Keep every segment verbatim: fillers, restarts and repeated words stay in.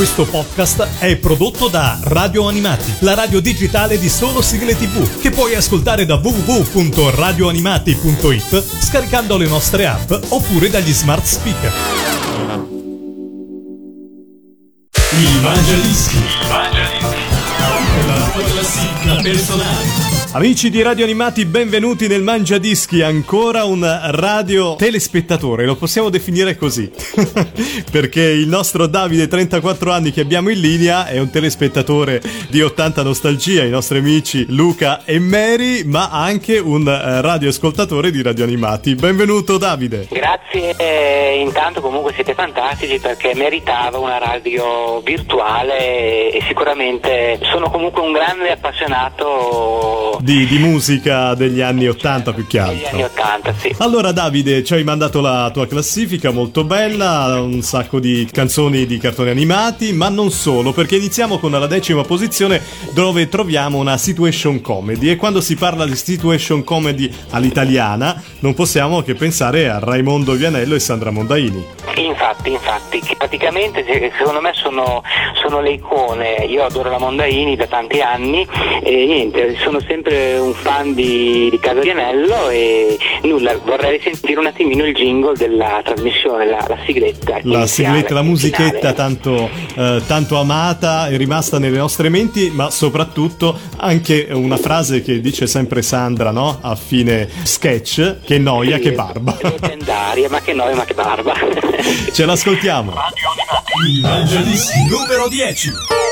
Questo podcast è prodotto da Radio Animati, la radio digitale di solo sigle tivù, che puoi ascoltare da w w w punto radio animati punto i t scaricando le nostre app oppure dagli smart speaker. Il Mangiadischi. Il Mangiadischi. La tua classifica personale. Amici di Radio Animati, benvenuti nel Mangiadischi, ancora un radio telespettatore, lo possiamo definire così, perché il nostro Davide, trentaquattro anni, che abbiamo in linea, è un telespettatore di ottanta Nostalgia, i nostri amici Luca e Mary, ma anche un radioascoltatore di Radio Animati. Benvenuto Davide. Grazie, intanto comunque siete fantastici, perché meritava una radio virtuale e sicuramente sono comunque un grande appassionato Di, di musica degli anni ottanta, più che altro. Degli anni ottanta, sì. Allora Davide, ci hai mandato la tua classifica molto bella, un sacco di canzoni di cartoni animati, ma non solo, perché iniziamo con la decima posizione, dove troviamo una situation comedy, e quando si parla di situation comedy all'italiana non possiamo che pensare a Raimondo Vianello e Sandra Mondaini. Infatti, infatti, che praticamente secondo me sono, sono le icone. Io adoro la Mondaini da tanti anni e niente, sono sempre un fan di, di Casa Vianello e nulla, vorrei sentire un attimino il jingle della trasmissione, la, la sigletta. La sigletta, la musichetta tanto, eh, tanto amata, è rimasta nelle nostre menti, ma soprattutto anche una frase che dice sempre Sandra, no? A fine sketch, che noia, sì, che barba. Leggendaria, ma che noia, ma che barba. Ce l'ascoltiamo. Il Mangiadischi numero dieci.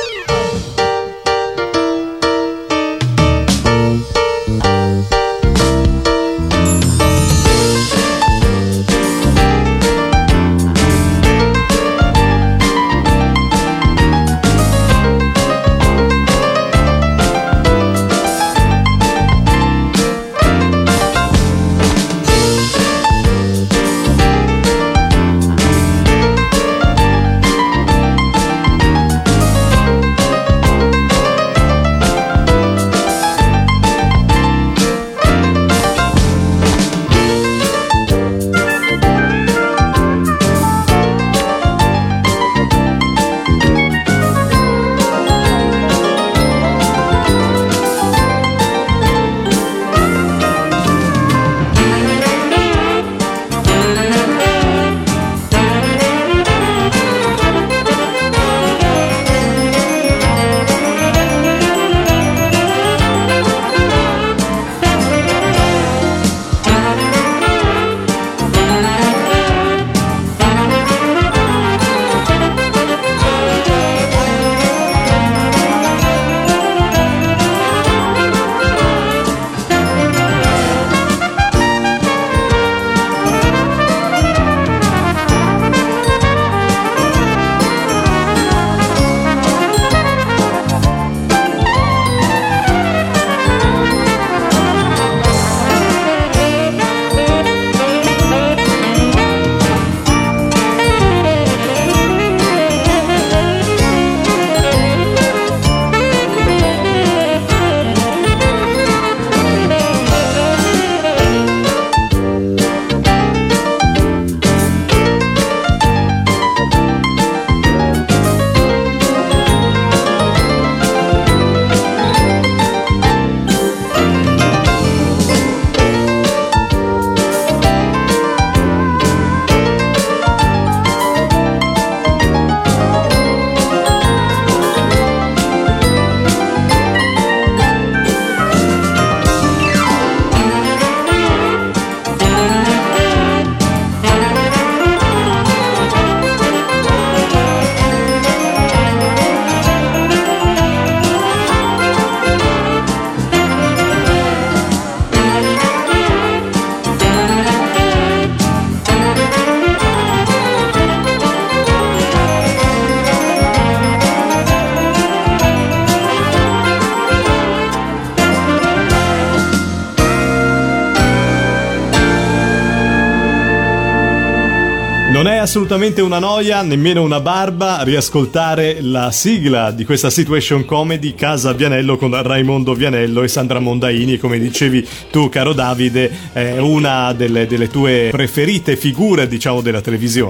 Non è assolutamente una noia, nemmeno una barba, riascoltare la sigla di questa situation comedy Casa Vianello con Raimondo Vianello e Sandra Mondaini. Come dicevi tu, caro Davide, è una delle, delle tue preferite figure, diciamo, della televisione. Sì,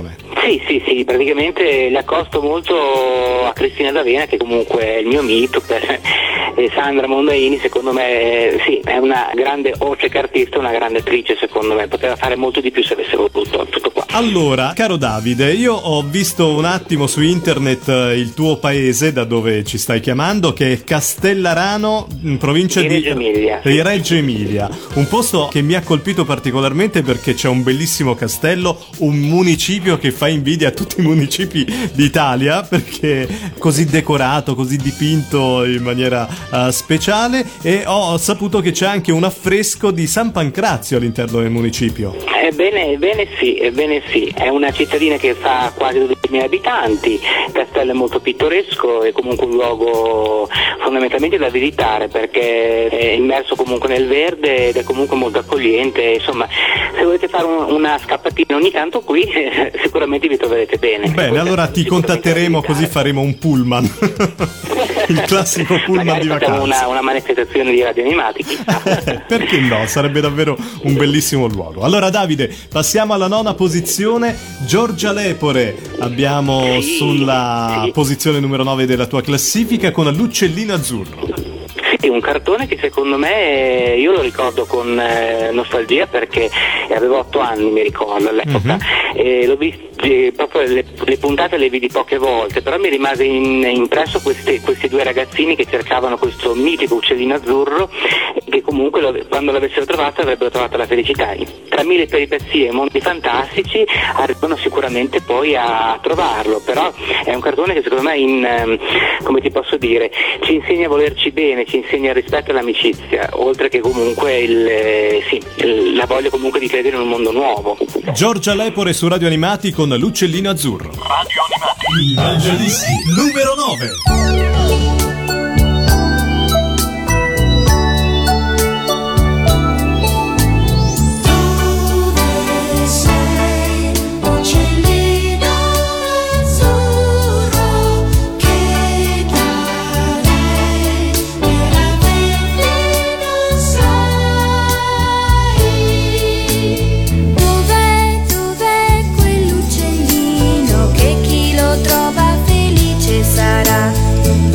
Sì, sì, sì, praticamente le accosto molto a Cristina D'Avena, che comunque è il mio mito, per e Sandra Mondaini secondo me sì, è una grande voce cartista, una grande attrice, secondo me poteva fare molto di più se avesse voluto. Tutto qua. Allora, caro Davide, io ho visto un attimo su internet il tuo paese, da dove ci stai chiamando, che è Castellarano, in provincia di di Reggio Emilia, di Reggio Emilia, un posto che mi ha colpito particolarmente perché c'è un bellissimo castello, un municipio che fa invidia a tutti i municipi d'Italia perché è così decorato, così dipinto in maniera uh, speciale, e ho saputo che c'è anche un affresco di San Pancrazio all'interno del municipio. Ebbene, ebbene sì, ebbene sì, è una cittadina che fa quasi dodicimila abitanti, il castello è molto pittoresco e comunque un luogo fondamentalmente da visitare perché è immerso comunque nel verde ed è comunque molto accogliente, insomma se volete fare un, una scappatina ogni tanto qui sicuramente vi troverete bene. Bene, allora ti contatteremo così faremo un pullman, il classico pullman di vacanza. Una, una manifestazione di radio animati. Perché no, sarebbe davvero un bellissimo luogo. Allora Davide, passiamo alla nona posizione, Giorgia Lepore abbiamo sì, sulla sì. posizione numero nove della tua classifica con l'uccellino azzurro. Sì, un cartone che secondo me io lo ricordo con eh, nostalgia perché avevo otto anni, mi ricordo all'epoca, mm-hmm. e l'ho visto, eh, proprio le, le puntate le vidi poche volte, però mi rimase in, impresso questi, questi due ragazzini che cercavano questo mitico uccellino azzurro e che comunque lo, quando l'avessero trovato avrebbero trovato la felicità. Tra mille peripezie e mondi fantastici arrivano sicuramente poi a trovarlo, però è un cartone che secondo me in, eh, come ti posso dire, ci insegna a volerci bene, ci insegna il rispetto e l'amicizia, oltre che comunque il, eh, sì, il, la voglia comunque di credere in un mondo nuovo. Giorgia Lepore su Radio Animati con l'uccellino azzurro. Radio Animati, il Mangiadischi numero nove. Trova felice sarà.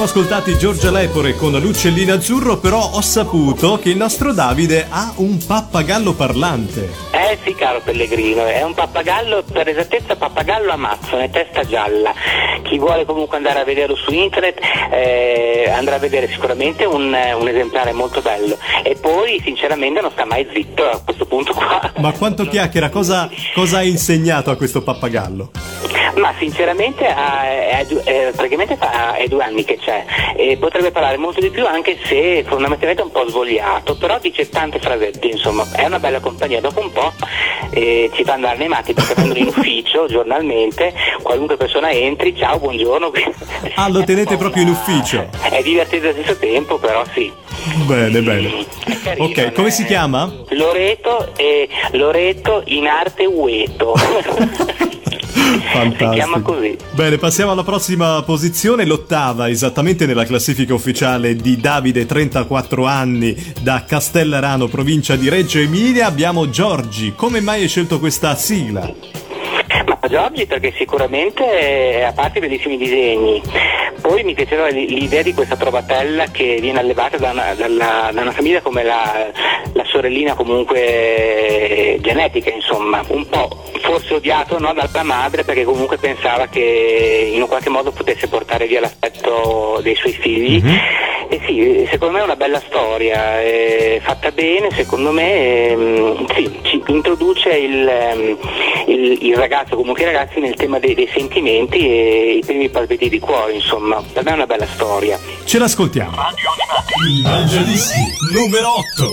ascoltati Giorgia Lepore con l'uccellino azzurro, però ho saputo che il nostro Davide ha un pappagallo parlante. Eh sì, caro Pellegrino, è un pappagallo, per esattezza pappagallo amazzone, testa gialla. Chi vuole comunque andare a vederlo su internet eh, andrà a vedere sicuramente un, un esemplare molto bello, e poi sinceramente non sta mai zitto a questo punto qua. Ma quanto chiacchiera, cosa, cosa hai insegnato a questo pappagallo? Ma sinceramente è, è, è, praticamente fa, è due anni che c'è e potrebbe parlare molto di più, anche se fondamentalmente è un po' svogliato, però dice tante frasette, insomma è una bella compagnia. Dopo un po' eh, ci fa andare nei matti, perché prendo in ufficio giornalmente, qualunque persona entri, ciao, buongiorno. Ah, lo tenete proprio in ufficio? È divertente allo stesso tempo, però sì. Bene, bene. Carino, ok, come si chiama? Loreto, e Loreto in arte Ueto. Fantastico. Si chiama così. Bene, passiamo alla prossima posizione, l'ottava esattamente nella classifica ufficiale di Davide, trentaquattro anni, da Castellarano, provincia di Reggio Emilia. Abbiamo Giorgi. Come mai hai scelto questa sigla? Ma Giorgi perché sicuramente, a parte i bellissimi disegni, poi mi piaceva l'idea di questa trovatella che viene allevata da una, dalla, da una famiglia come la, la sorellina comunque genetica, insomma, un po' forse odiato, no, dalla madre, perché comunque pensava che in un qualche modo potesse portare via l'aspetto dei suoi figli. Mm-hmm. E sì, secondo me è una bella storia, è fatta bene, secondo me, ehm, sì, ci introduce il, il, il ragazzo, comunque i ragazzi, nel tema dei, dei sentimenti e i primi palpiti di cuore, insomma, per me è una bella storia. Ce l'ascoltiamo. Il Mangiadischi numero otto.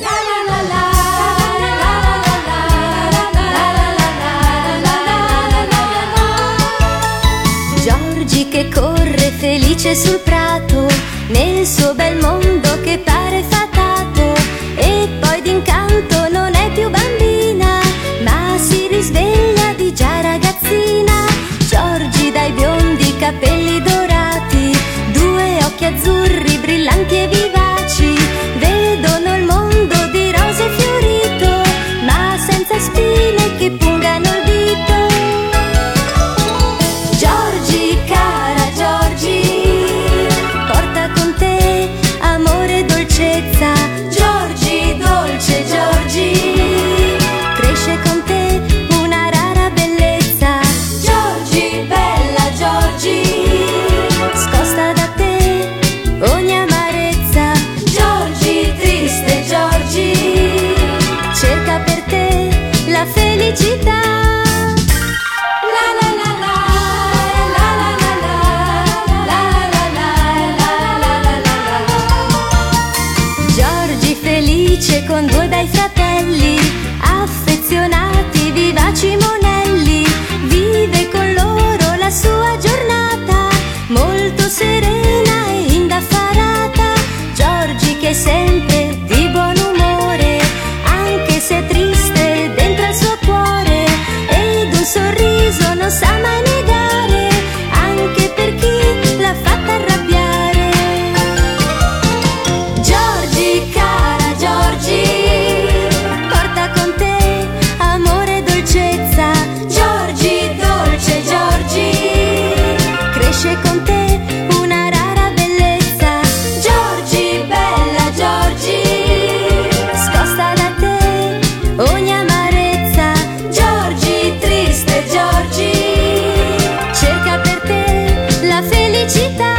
Giorgi che corre felice sul prato, nel suo bel mondo che pare fatato, e poi d'incanto non è più bambina, ma si risveglia di già ragazzina. Giorgi dai biondi capelli dorati, due occhi azzurri brillanti e vivaci, vedono il mondo di rose fiorito, ma senza spine che pungano il dito. Giorgi, cara Giorgi, porta con te amore e dolcezza. Giorgi, dolce Giorgi, cresce con te una rara bellezza. Giorgi, bella Giorgi, scosta da te ogni amarezza. Giorgi, triste Giorgi, cerca per te la felicità. Con due bei fratelli, affezionati, vivaci monelli, vive con loro la sua giornata, molto serena e indaffarata. Giorgi che è sempre di buon umore, anche se è triste dentro il suo cuore, ed un sorriso non sa mai negare, anche per chi l'ha fatta arrabbiare. Giorgi, cara Giorgi, porta con te amore e dolcezza. Giorgi, dolce Giorgi, cresce con te una rara bellezza. Giorgi, bella Giorgi, scosta da te ogni amarezza. Giorgi, triste Giorgi, cerca per te la felicità.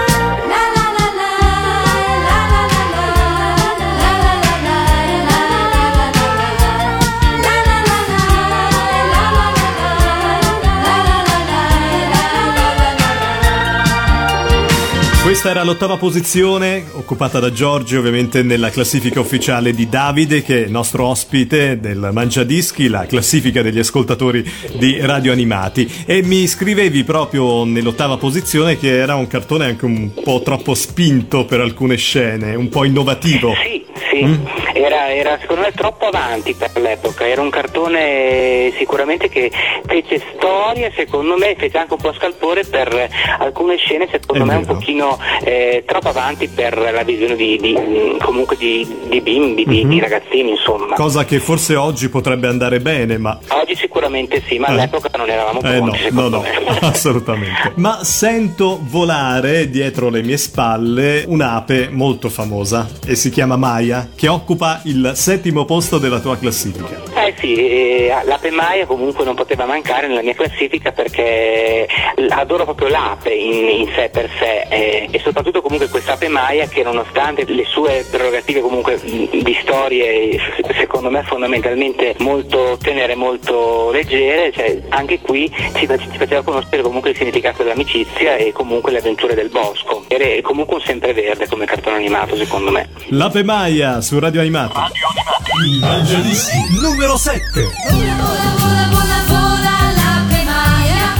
Questa era l'ottava posizione, occupata da Giorgi, ovviamente nella classifica ufficiale di Davide, che è nostro ospite del Mangiadischi, la classifica degli ascoltatori di Radio Animati. E mi scrivevi proprio nell'ottava posizione che era un cartone anche un po' troppo spinto per alcune scene, un po' innovativo. Sì, sì, mm? era, era, era secondo me troppo avanti per l'epoca, era un cartone sicuramente che fece storia, secondo me fece anche un po' scalpore per alcune scene, secondo È me vero. un pochino eh, troppo avanti per la visione di, di comunque di, di bimbi, di, Mhm. di ragazzini, insomma. Cosa che forse oggi potrebbe andare bene, ma Oggi sicuramente sì, ma Eh. all'epoca non eravamo Eh pronti, no, no, secondo no, me. assolutamente. Ma sento volare dietro le mie spalle un'ape molto famosa e si chiama Maya, che occupa il settimo posto della tua classifica. Eh sì, eh, l'ape Maya comunque non poteva mancare nella mia classifica perché adoro proprio l'ape in, in sé per sé eh, e soprattutto comunque quest'ape Maya che nonostante le sue prerogative comunque mh, di storie secondo me fondamentalmente molto tenere, molto leggere, cioè anche qui ci, ci faceva conoscere comunque il significato dell'amicizia e comunque le avventure del bosco. Era comunque un sempreverde come cartone animato secondo me. L'ape Maya su Radio Animati. Il Mangiadischi numero sette. Vola, vola, vola, vola, l'ape Maya.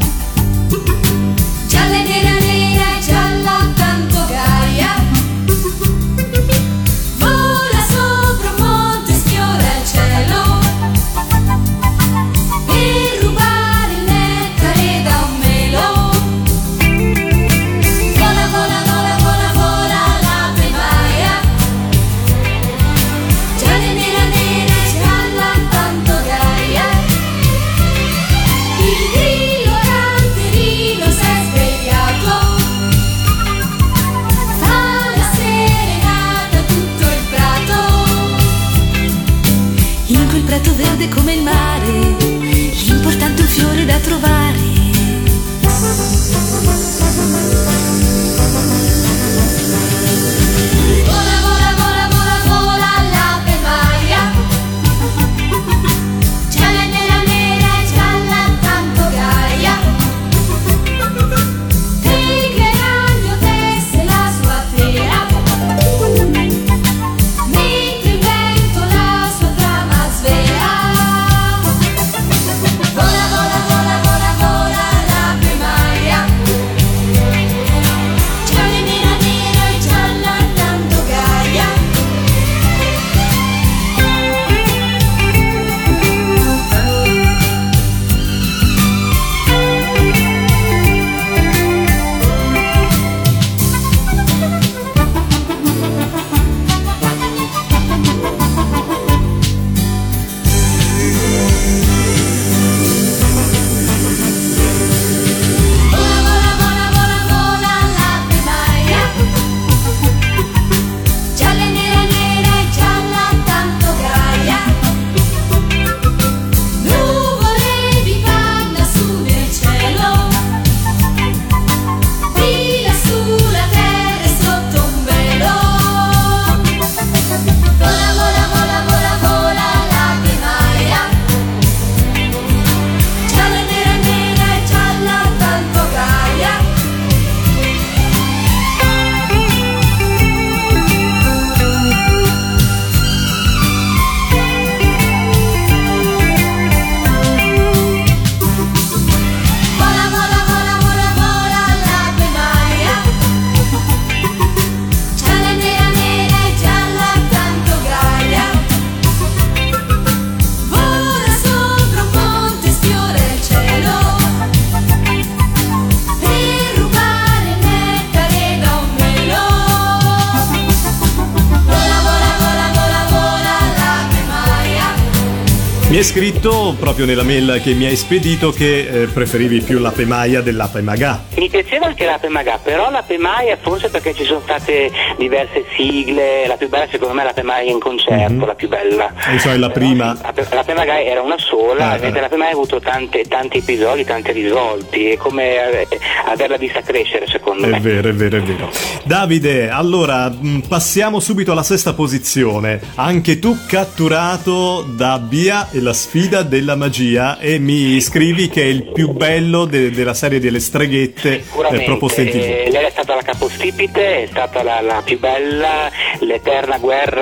Gialla e nera, nera e gialla, tanto gaia. Vola sopra un monte, sfiora il cielo per rubare il nettare da un melo. Vola, vola, vola, vola, vola, l'ape Maya. Gialla e nera, nera e gialla, tanto gaia. Il grillo canterino s'è svegliato, fa la serenata a tutto il prato. In quel prato verde come il mare, l'importante è un fiore da trovare. Vola, vola, vola, vola, vola, l'ape Maya. Gialla e nera, nera e gialla, tanto gaia. Tigre e ragno tesse la sua tela, mentre il vento la sua trama svela. Vola, vola, vola, vola, vola, l'ape Maya. Gialla e nera, nera e gialla, tanto gaia. Vola, vola, vola, vola, vola, l'ape Maya. Gialla e nera, nera e gialla, tanto gaia. Nuvole di panna su nel cielo, fila sulla terra e sotto un velo. Vola, vola, vola, vola, vola, l'ape Maya. Gialla e nera, nera e gialla, tanto gaia. Vola, vola, vola, vola, vola, l'ape Maya. Gialla e nera, nera e gialla, tanto gaia. Vola sopra un ponte, sfiora il cielo per rubare il nettare da un melo. Vola, vola, vola, vola, vola, l'ape Maya. Mi hai scritto proprio nella mail che mi hai spedito che eh, preferivi più l'ape Maya dell'ape Magà. Mi piaceva anche l'ape Magà, però l'ape Maya forse perché ci sono state diverse sigle, la più bella secondo me è l'ape Maya in concerto, Mhm. la più bella. E so, è la Però prima. sì, l'ape, l'ape Magà era una sola, Ah, mentre ah. l'ape Maya ha avuto tante, tanti episodi, tanti risvolti, è come eh, averla vista crescere secondo È me. vero, è vero, è vero. Davide, allora mh, passiamo subito alla sesta posizione. Anche tu catturato da Bia e la sfida della magia e mi scrivi che è il più bello de- della serie delle streghette eh, proposte in eh, tv. lei è stata la capostipite, è stata la, la più bella, l'eterna guerra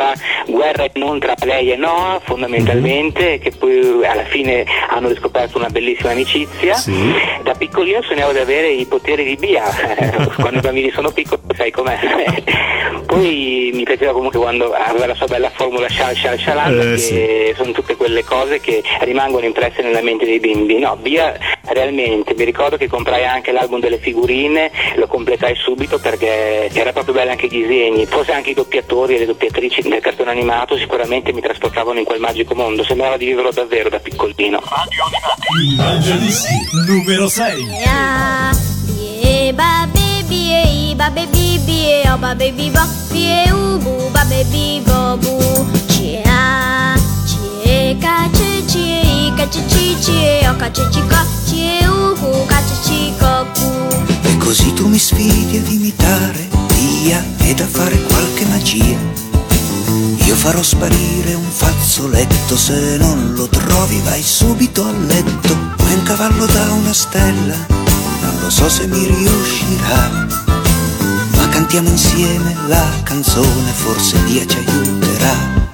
guerra e non tra lei e Noah fondamentalmente, che poi alla fine hanno riscoperto una bellissima amicizia. Sì. Da piccolino sognavo di avere i poteri di Bia, quando i bambini sono piccoli sai com'è. Poi mi piaceva comunque quando aveva la sua bella formula shal shal shalan, eh, che sì. sono tutte quelle cose che rimangono impresse nella mente dei bimbi. No, Bia realmente, mi ricordo che comprai anche l'album delle figurine, lo completai subito perché era proprio bello anche i disegni, forse anche i doppiatori e le doppiatrici del cartone animato sicuramente mi trasportavano in quel magico mondo, sembrava di viverlo davvero da piccolino. Radio Animati, il Mangiadischi numero sei. Yeah, yeah, baby, yeah, baby, yeah, oh, baby, yeah, ubu, baby, bobu, yeah, yeah, kache, yeah, kache, yeah, oh, kache, yeah, ubu, kache, koku. E così tu mi sfidi ad imitare Bia ed a fare qualche magia. Io farò sparire un fazzoletto, se non lo trovi vai subito a letto. Vuoi un cavallo da una stella? Non lo so se mi riuscirà, ma cantiamo insieme la canzone, forse Bia ci aiuterà.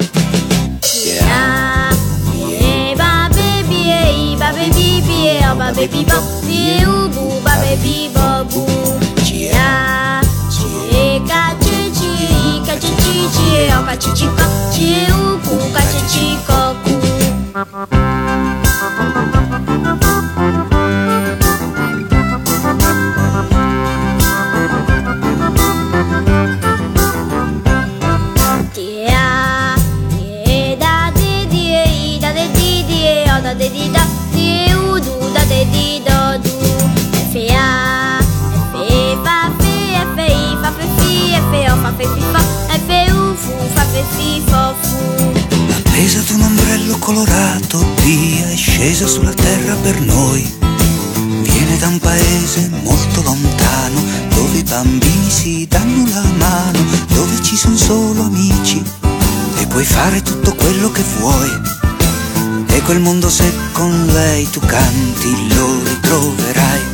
Yeah, yeah, baby, yeah, baby, yeah, baby, yeah, ubu, baby, bobu, yeah, yeah, kache, yeah, kache, yeah, oh, kache, yeah, ubu, kache, koku. Appesa ad un ombrello colorato, Bia è scesa sulla terra per noi. Viene da un paese molto lontano, dove i bambini si danno la mano, dove ci sono solo amici e puoi fare tutto quello che vuoi. E quel mondo, se con lei tu canti, lo ritroverai.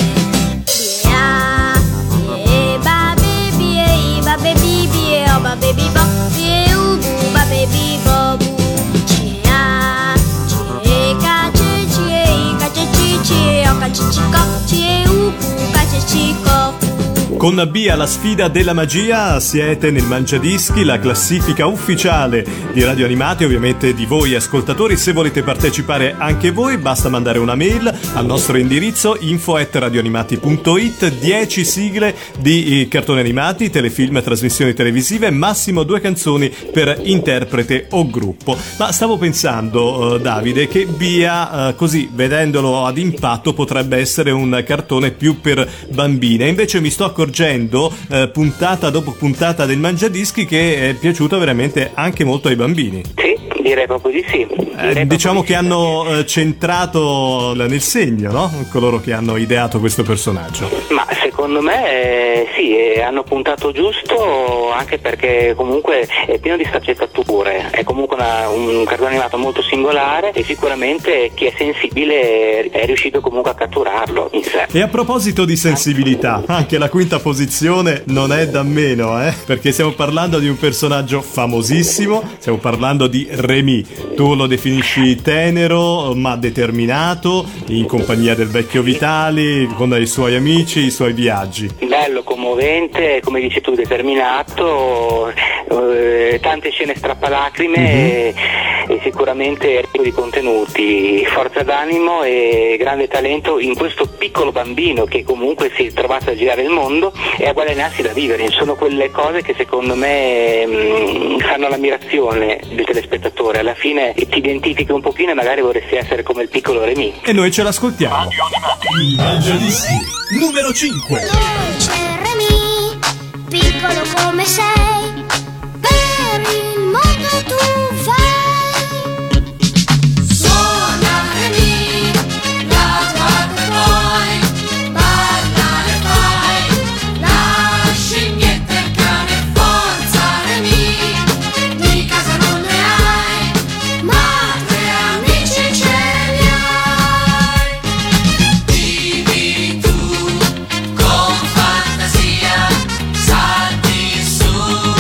Con Bia la sfida della magia siete nel Mangiadischi, la classifica ufficiale di Radio Animati, ovviamente di voi ascoltatori. Se volete partecipare anche voi basta mandare una mail al nostro indirizzo info at radioanimati punto it. dieci sigle di cartoni animati, telefilm, trasmissioni televisive, massimo due canzoni per interprete o gruppo. Ma stavo pensando, uh, Davide, che Bia, uh, così vedendolo ad impatto, potrebbe essere un cartone più per bambine. Invece mi sto accorgendo eh, puntata dopo puntata del Mangiadischi che è piaciuto veramente anche molto ai bambini. Sì, direi proprio di sì. Eh, diciamo che sì, hanno eh, centrato nel segno, no? Coloro che hanno ideato questo personaggio. Ma secondo me eh, sì, eh, hanno puntato giusto, anche perché comunque è pieno di sfaccettature, è comunque una, un cartone animato molto singolare e sicuramente chi è sensibile è riuscito comunque a catturarlo in sé. E a proposito di sensibilità, anche la quinta posizione non è da meno, eh? Perché stiamo parlando di un personaggio famosissimo, stiamo parlando di Remy. Tu lo definisci tenero ma determinato, in compagnia del vecchio Vitali, con i suoi amici, i suoi viaggi. Bello, commovente, come dici tu, determinato, eh, tante scene strappalacrime mm-hmm. e, e sicuramente ricco di contenuti, forza d'animo e grande talento in questo piccolo bambino che comunque si è trovato a girare il mondo e a guadagnarsi da vivere. Sono quelle cose che secondo me mh, fanno l'ammirazione del telespettatore, alla fine ti identifichi un pochino e magari vorresti essere come il piccolo Remy. E noi ce l'ascoltiamo. Radio Animati, il Mangiadischi numero cinque. Dolce Remy, piccolo come sei, per il mondo tu vai. Suona Remy, la tua che puoi, parlare fai, la scimmietta e il cane, forza Remy, di casa non ne hai, ma tre amici ce li hai. Vivi tu con fantasia, salti su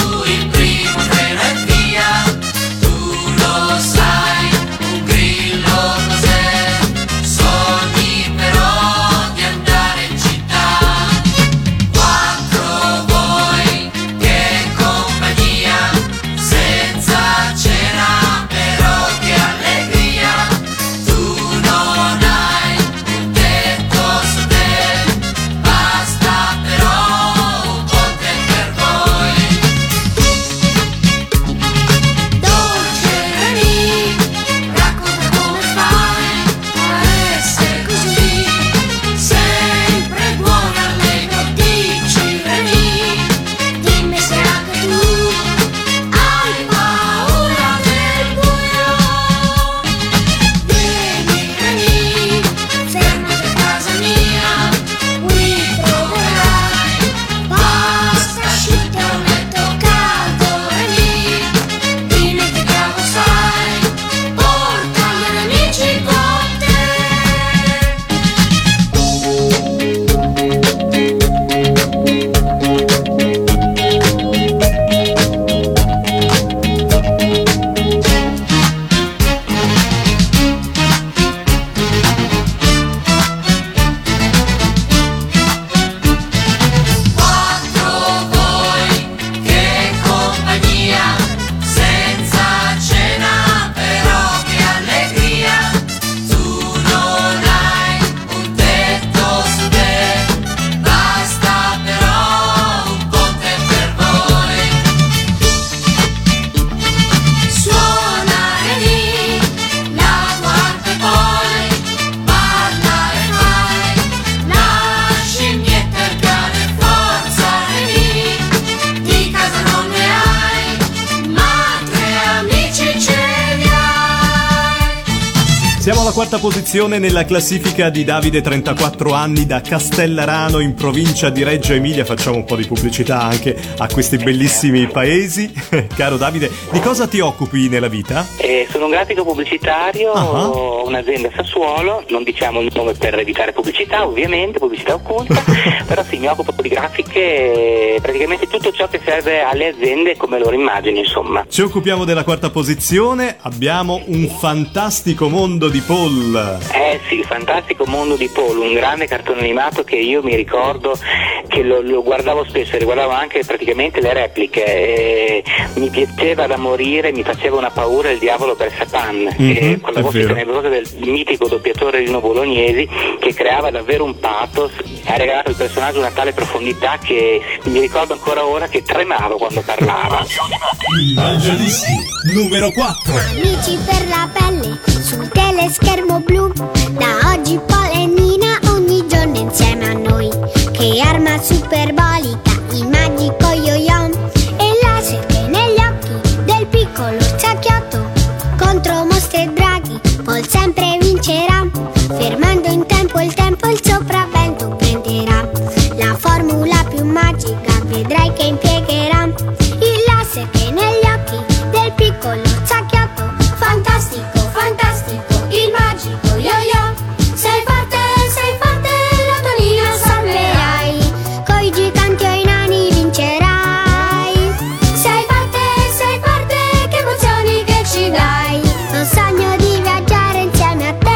Siamo alla quarta posizione nella classifica di Davide, trentaquattro anni, da Castellarano in provincia di Reggio Emilia. Facciamo un po' di pubblicità anche a questi bellissimi paesi. Caro Davide, di cosa ti occupi nella vita? Eh, sono un grafico pubblicitario, uh-huh. un'azienda a Sassuolo, non diciamo il nome per evitare pubblicità, ovviamente, pubblicità occulta, però sì, mi occupo di grafiche, praticamente tutto ciò che serve alle aziende come loro immagini, insomma. Ci occupiamo della quarta posizione, abbiamo Un fantastico mondo di Paul. Eh sì, il fantastico mondo di Paul, un grande cartone animato che io mi ricordo che lo, lo guardavo spesso, riguardavo anche praticamente le repliche, e mi piaceva da morire, mi faceva una paura il diavolo per Satan, mm-hmm, e con la voce tenebrosa del mitico doppiatore Rino Bolognesi, che creava davvero un pathos, ha regalato al personaggio una tale profondità che mi ricordo ancora ora che tremavo quando parlava. Il Mangiadischi numero quattro. Amici per la pelle sul teleschermo blu, da oggi Paul e Nina ogni giorno insieme a noi. Che arma superbolica, il magico yo-yo e laser che negli occhi del piccolo Zacchiotto. Contro mostri e draghi Paul sempre vincerà, fermando in tempo il tempo, il sopravvento prenderà. La formula più magica vedrai che impiegherà, il laser che negli occhi del piccolo Zacchiotto. Fantastico, fantastico, il magico yo-yo. Sei forte, sei forte, la tua Nina salverai. Coi giganti o i nani vincerai. Sei forte, sei forte, che emozioni che ci dai. Non sogno di viaggiare insieme a te.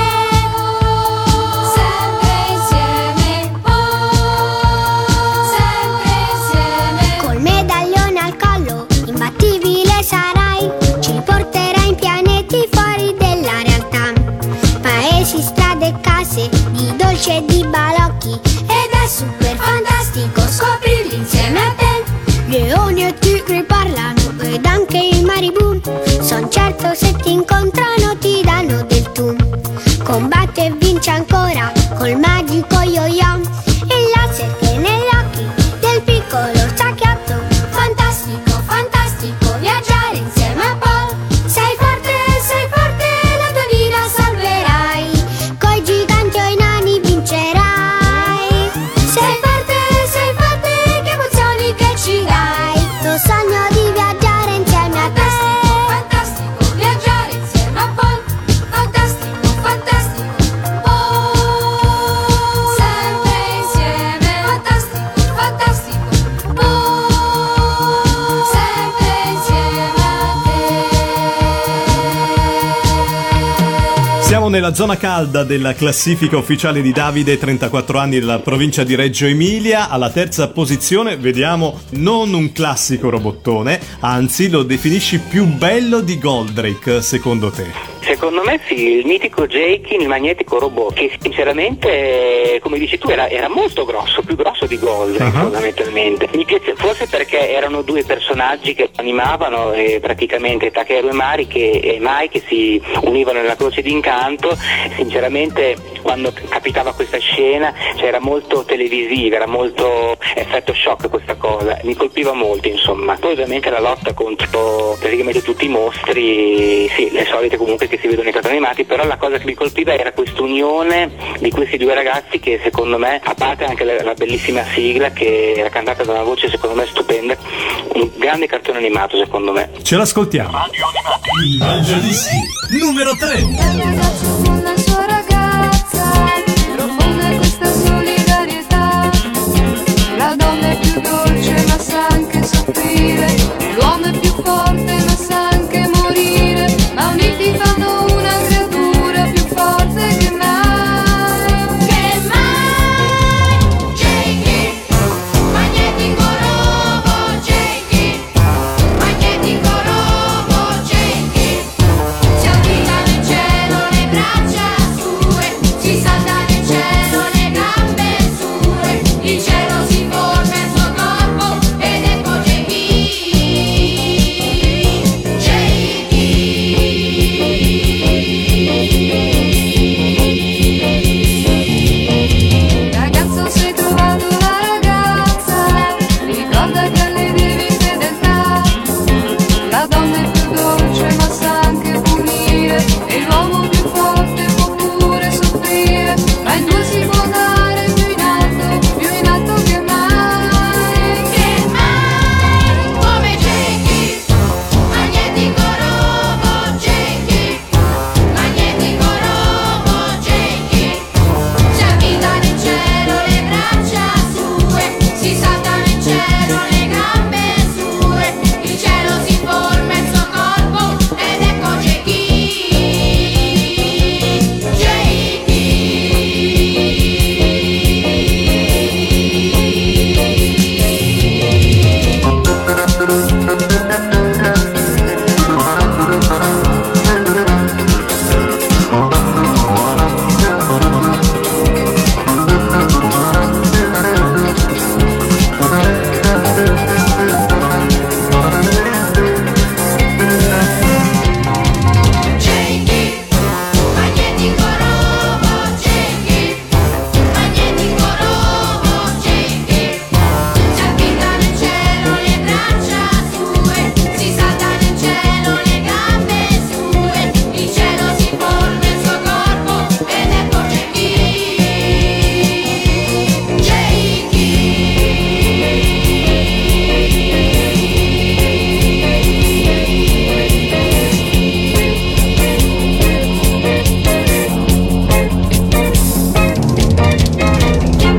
Sempre insieme, oh, sempre insieme. Col medaglione al collo, imbattibile sarai. Ci porterai in pianeti fuori della realtà. Paesi, strade e case, di dolci e di balocchi. Ed è super fantastico scoprirli insieme a te. Leoni e tigri parlano ed anche i maribù. Son certo se ti incontrano ti danno del tu. Combatte e vince ancora col magico yo-yo. Il laser che negli occhi del piccolo Zacchiotto. Fantastico, fantastico, viaggiare insieme a Paul. Sei forte, sei forte, la tua Nina salverai. Coi giganti o i nani vincerai. Sei forte, sei forte, che emozioni che ci dai. Lo sogno di viaggiare insieme a te. Fantastico, viaggiare insieme a Paul. Fantastico, fantastico, oh, sempre insieme. Fantastico, fantastico, oh, sempre insieme a te. Siamo nella zona calda della classifica ufficiale di Davide, trentaquattro anni, della provincia di Reggio Emilia. Alla terza posizione vediamo non un classico robottone, anzi lo definisci più bello di Goldrake, secondo te? Secondo me sì, il mitico Jakin, il magnetico robot, che sinceramente, come dici tu, era, era molto grosso, più grosso di Goldrake, uh-huh. fondamentalmente. Mi piace, forse perché erano due personaggi che animavano, eh, praticamente Takeru e Mari, che, e Mai, che si univano nella croce d'incanto. Sinceramente, quando capitava questa scena, cioè, era molto televisiva, era molto effetto shock questa cosa, mi colpiva molto, insomma. Poi ovviamente la lotta contro praticamente tutti i mostri, sì, le solite comunque che si vedono nei cartoni animati, però la cosa che mi colpiva era quest'unione di questi due ragazzi che secondo me, a parte anche la, la bellissima sigla che era cantata da una voce secondo me stupenda, un grande cartone animato secondo me. Ce l'ascoltiamo. Il Mangiadischi numero tre. Il ragazzo con la sua ragazza, profonda questa solidarietà. La donna è più dolce ma sa anche soffrire, l'uomo è più forte ma sa anche morire, ma uniti fanno una creatura più forte che mai, che mai. Jakey, magnetico robot, Jakey, magnetico robot, Jakey, si agitano in cielo le braccia.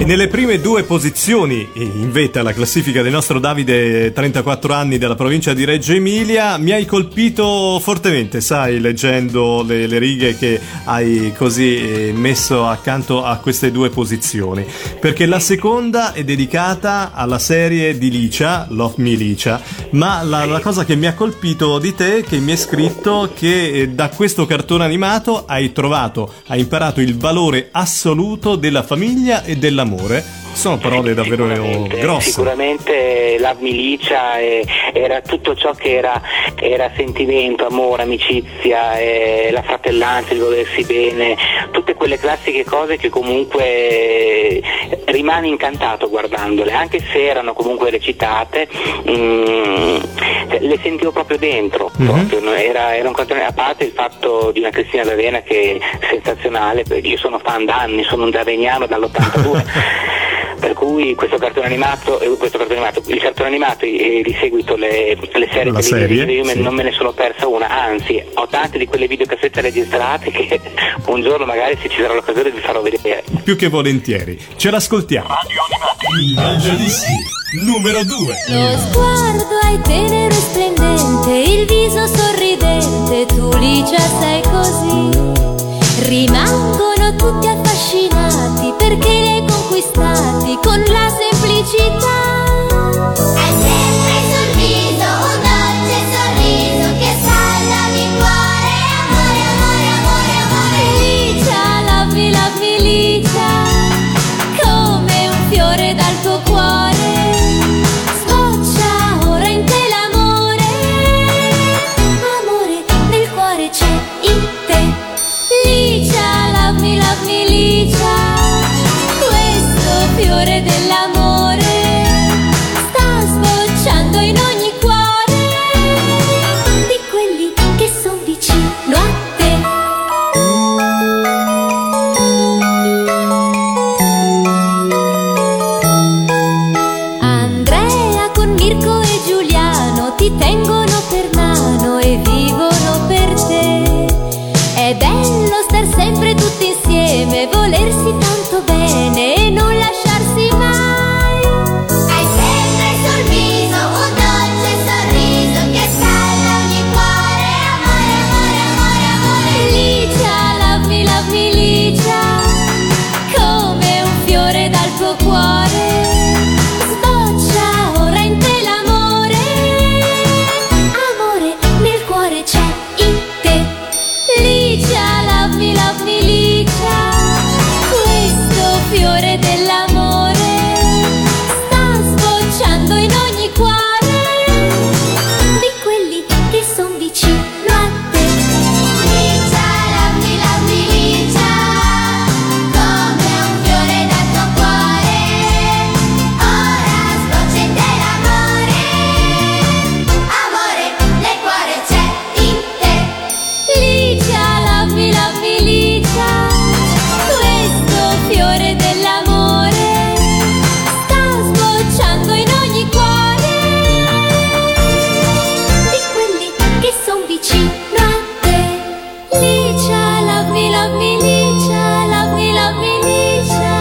nelle prime due posizioni in vetta alla classifica del nostro Davide, trentaquattro anni, della provincia di Reggio Emilia, mi hai colpito fortemente, sai, leggendo le, le righe che hai così messo accanto a queste due posizioni, perché la seconda è dedicata alla serie di Licia, Love Me Licia, ma la, la cosa che mi ha colpito di te è che mi hai scritto che da questo cartone animato hai trovato, hai imparato il valore assoluto della famiglia e dell'amore. Sono parole davvero sicuramente, grosse. Sicuramente la milicia eh, era tutto ciò che era, era sentimento, amore, amicizia, eh, la fratellanza, il volersi bene, tutte quelle classiche cose che comunque eh, rimani incantato guardandole, anche se erano comunque recitate, mh, le sentivo proprio dentro, mm-hmm. proprio, era, era un cartone, a parte il fatto di una Cristina D'Avena che è sensazionale, perché io sono fan da anni, sono un daveniano dall'ottantadue. Per cui questo cartone animato, eh, questo cartone animato, il cartone animato e di seguito le, le serie La televisive, serie, io me, sì. non me ne sono persa una, anzi ho tante di quelle videocassette registrate che un giorno magari, se ci sarà l'occasione, vi farò vedere. Più che volentieri, ce l'ascoltiamo. Il Mangiadischi numero due. Lo sguardo hai tenero e splendente, il viso sorridente, tu Licia sei così. Rimangono tutti affascinati perché li hai conquistati con la semplicità. Hai sempre sul viso un dolce sorriso che salva il cuore. Amore, amore, amore, amore. Licia, love me, love me, Licia, come un fiore dal tuo cuore. Sboccia ora in te l'amore. Amore, nel cuore c'è in te. Licia, love me, love me, Licia, questo fiore dell'amore sta sbocciando in ogni cuore di quelli che son vicino a te. Andrea con Mirko e Giuliano ti tengono per mano e vivono per te. È bello star sempre tutti insieme, volersi tanto bene e non lasciarsi mai. Hai sempre sul viso un dolce sorriso che scalda ogni cuore. Amore, amore, amore, amore. Licia, love me, love me, Licia, come un fiore dal tuo cuore. Sboccia ora in te l'amore. Amore, nel cuore c'è in te. Licia, love me, love me, Licia, questo fiore dell'amore sta sbocciando in ogni cuore di quelli che son vicino a te. Licia, love me, love me, Licia, come un fiore dal tuo cuore. Ora sboccia in te l'amore. Amore, nel cuore c'è in te. Licia, love me, love me, Licia, questo fiore dell'amore sta sbocciando in ogni cuore di quelli che son vicino a te. Licia, love me, love me, Licia, love me, love me, Licia.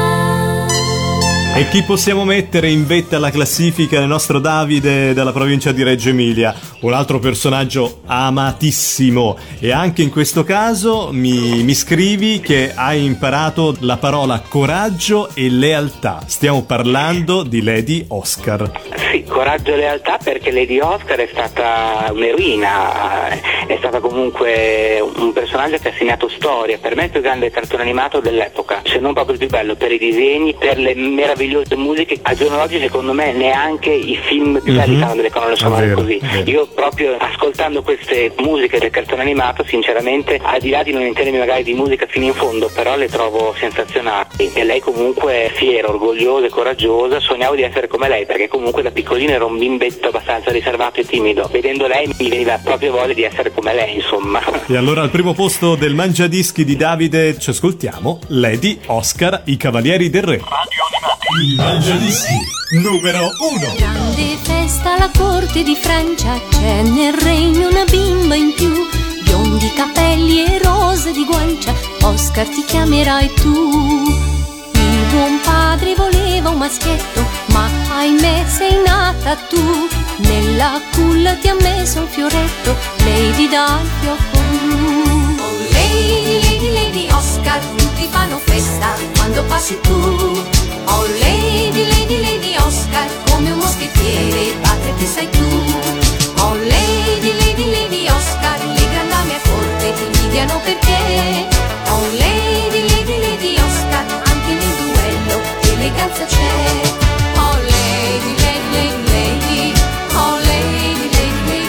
E chi possiamo mettere in vetta alla classifica del nostro Davide dalla provincia di Reggio Emilia? Un altro personaggio amatissimo, e anche in questo caso mi, mi scrivi che hai imparato la parola coraggio e lealtà. Stiamo parlando di Lady Oscar. Sì, coraggio e lealtà, perché Lady Oscar è stata un'eroina, è stata comunque un personaggio che ha segnato storia. Per me è il più grande cartone animato dell'epoca, se non proprio il più bello, per i disegni, per le meravigliose musiche. Al giorno d'oggi secondo me neanche i film più belli Mhm. fanno delle colonne sonore Vero, così. vero. Io proprio ascoltando queste musiche del cartone animato, sinceramente, al di là di non intendermi magari di musica fino in fondo, però le trovo sensazionali. E lei comunque è fiera, orgogliosa e coraggiosa. Sognavo di essere come lei, perché comunque da piccolino ero un bimbetto abbastanza riservato e timido. Vedendo lei mi veniva proprio voglia di essere come lei, insomma. E allora al primo posto del Mangiadischi di Davide ci ascoltiamo Lady Oscar, i Cavalieri del Re. Il Mangiadischi numero uno. Grande festa alla corte di Francia, c'è nel regno una bimba in più, biondi capelli e rose di guancia, Oscar ti chiamerai tu. Il buon padre voleva un maschietto, ma ahimè sei nata tu. Nella culla ti ha messo un fioretto, Lady dal fiocco blu. Oh Lady, Lady, Lady Oscar, tutti fanno festa quando passi tu. Oh Lady, Lady, Lady Oscar, come un moschettiere batte che sei tu. Oh Lady, Lady, Lady Oscar, le grandame a corte ti invidiano perché. Oh Lady, Lady, Lady Oscar, anche nel duello eleganza c'è. Oh Lady, Lady, Lady, Lady, oh Lady, Lady,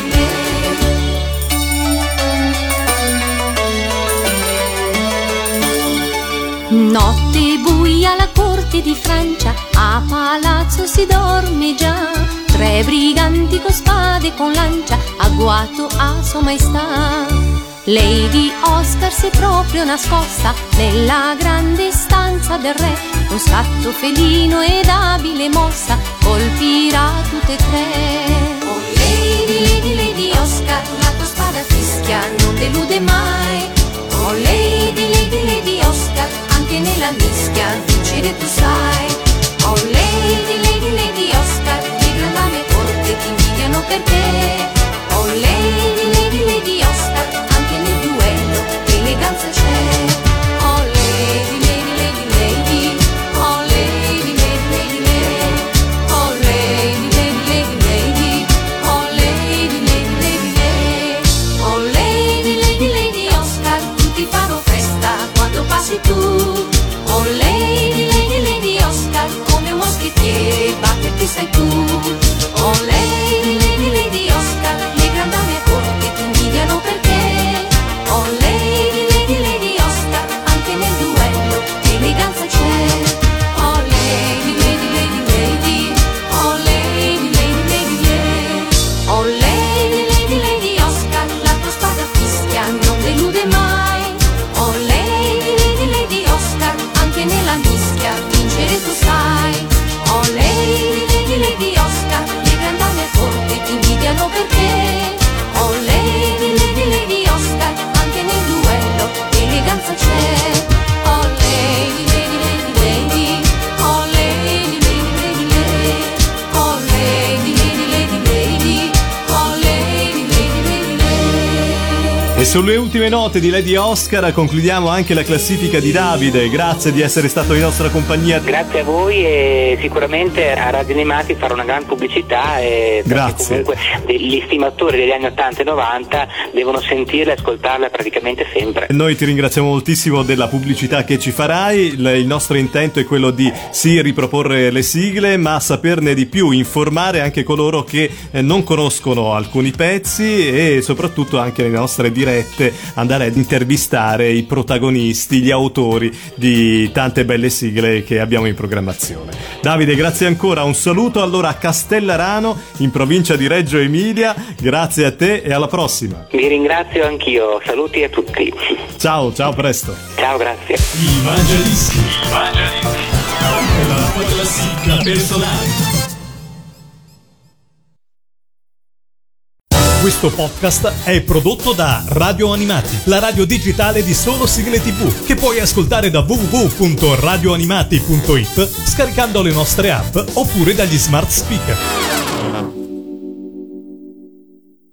Lady, Lady. Notte buia alla corte di Francia, a palazzo si dorme già. Tre briganti con spade e con lancia, agguato a sua maestà. Lady Oscar si è proprio nascosta nella grande stanza del re. Un scatto felino ed abile mossa colpirà tutte e tre. Oh Lady, Lady, Lady Oscar, la tua spada fischia non delude mai. Oh Lady, Lady, Lady Oscar, anche nella mischia vincere tu sai. Oh Lady, Lady, Lady Oscar, le grandame a corte ti invidiano perché. Oh Lady, Lady, Lady Oscar, anche nel duello eleganza c'è. Oh Lady, Lady, Lady, Lady, oh Lady, Lady, Lady, Lady, oh Lady, Lady, Lady, Lady, oh Lady, Lady, Lady, Lady. Oh Lady, Lady, Lady Oscar, tutti fanno festa quando passi tu. Oh Lady, Lady, Lady Oscar, come un moschettiere batterti sei tu. Oh Lady, Lady, Lady Oscar, le grandame a corte ti invidiano perché. Oh Lady, Lady, Lady Oscar, anche nel duello eleganza c'è. Oh Lady, Lady, Lady, Lady, oh Lady, Lady, Lady, Lady. Oh Lady, Lady, Lady Oscar, la tua spada fischia non delude mai. Oh Lady, Lady, Lady Oscar, anche nella mischia vincere tu sai. Oh Lady, Lady, Lady Oscar, le grandame a corte ti invidiano perché. Oh Lady, Lady, Lady Oscar, anche nel duello eleganza c'è. Oh Lady, Lady, Lady, Lady, oh Lady, Lady, Lady, Lady, oh Lady, Lady, Lady, Lady, oh Lady, Lady, Lady, Lady. E sulle ultime note di Lady Oscar concludiamo anche la classifica di Davide. Grazie di essere stato in nostra compagnia. Grazie a voi e sicuramente a Radio Animati farò una gran pubblicità e grazie. Comunque gli stimatori degli anni ottanta e novanta devono sentirla e ascoltarla praticamente sempre. Noi ti ringraziamo moltissimo della pubblicità che ci farai. Il nostro intento è quello di sì riproporre le sigle, ma saperne di più, informare anche coloro che non conoscono alcuni pezzi e soprattutto anche nelle nostre dirette andare ad intervistare i protagonisti, gli autori di tante belle sigle che abbiamo in programmazione. Davide, grazie ancora, un saluto allora a Castellarano in provincia di Reggio Emilia. Grazie a te e alla prossima. Vi ringrazio anch'io, saluti a tutti. Ciao, ciao, presto. Ciao, grazie. Il Mangiadischi, il Mangiadischi, la tua classifica personale. Questo podcast è prodotto da Radio Animati, la radio digitale di solo sigle tivù, che puoi ascoltare da w w w punto radio animati punto it scaricando le nostre app oppure dagli smart speaker.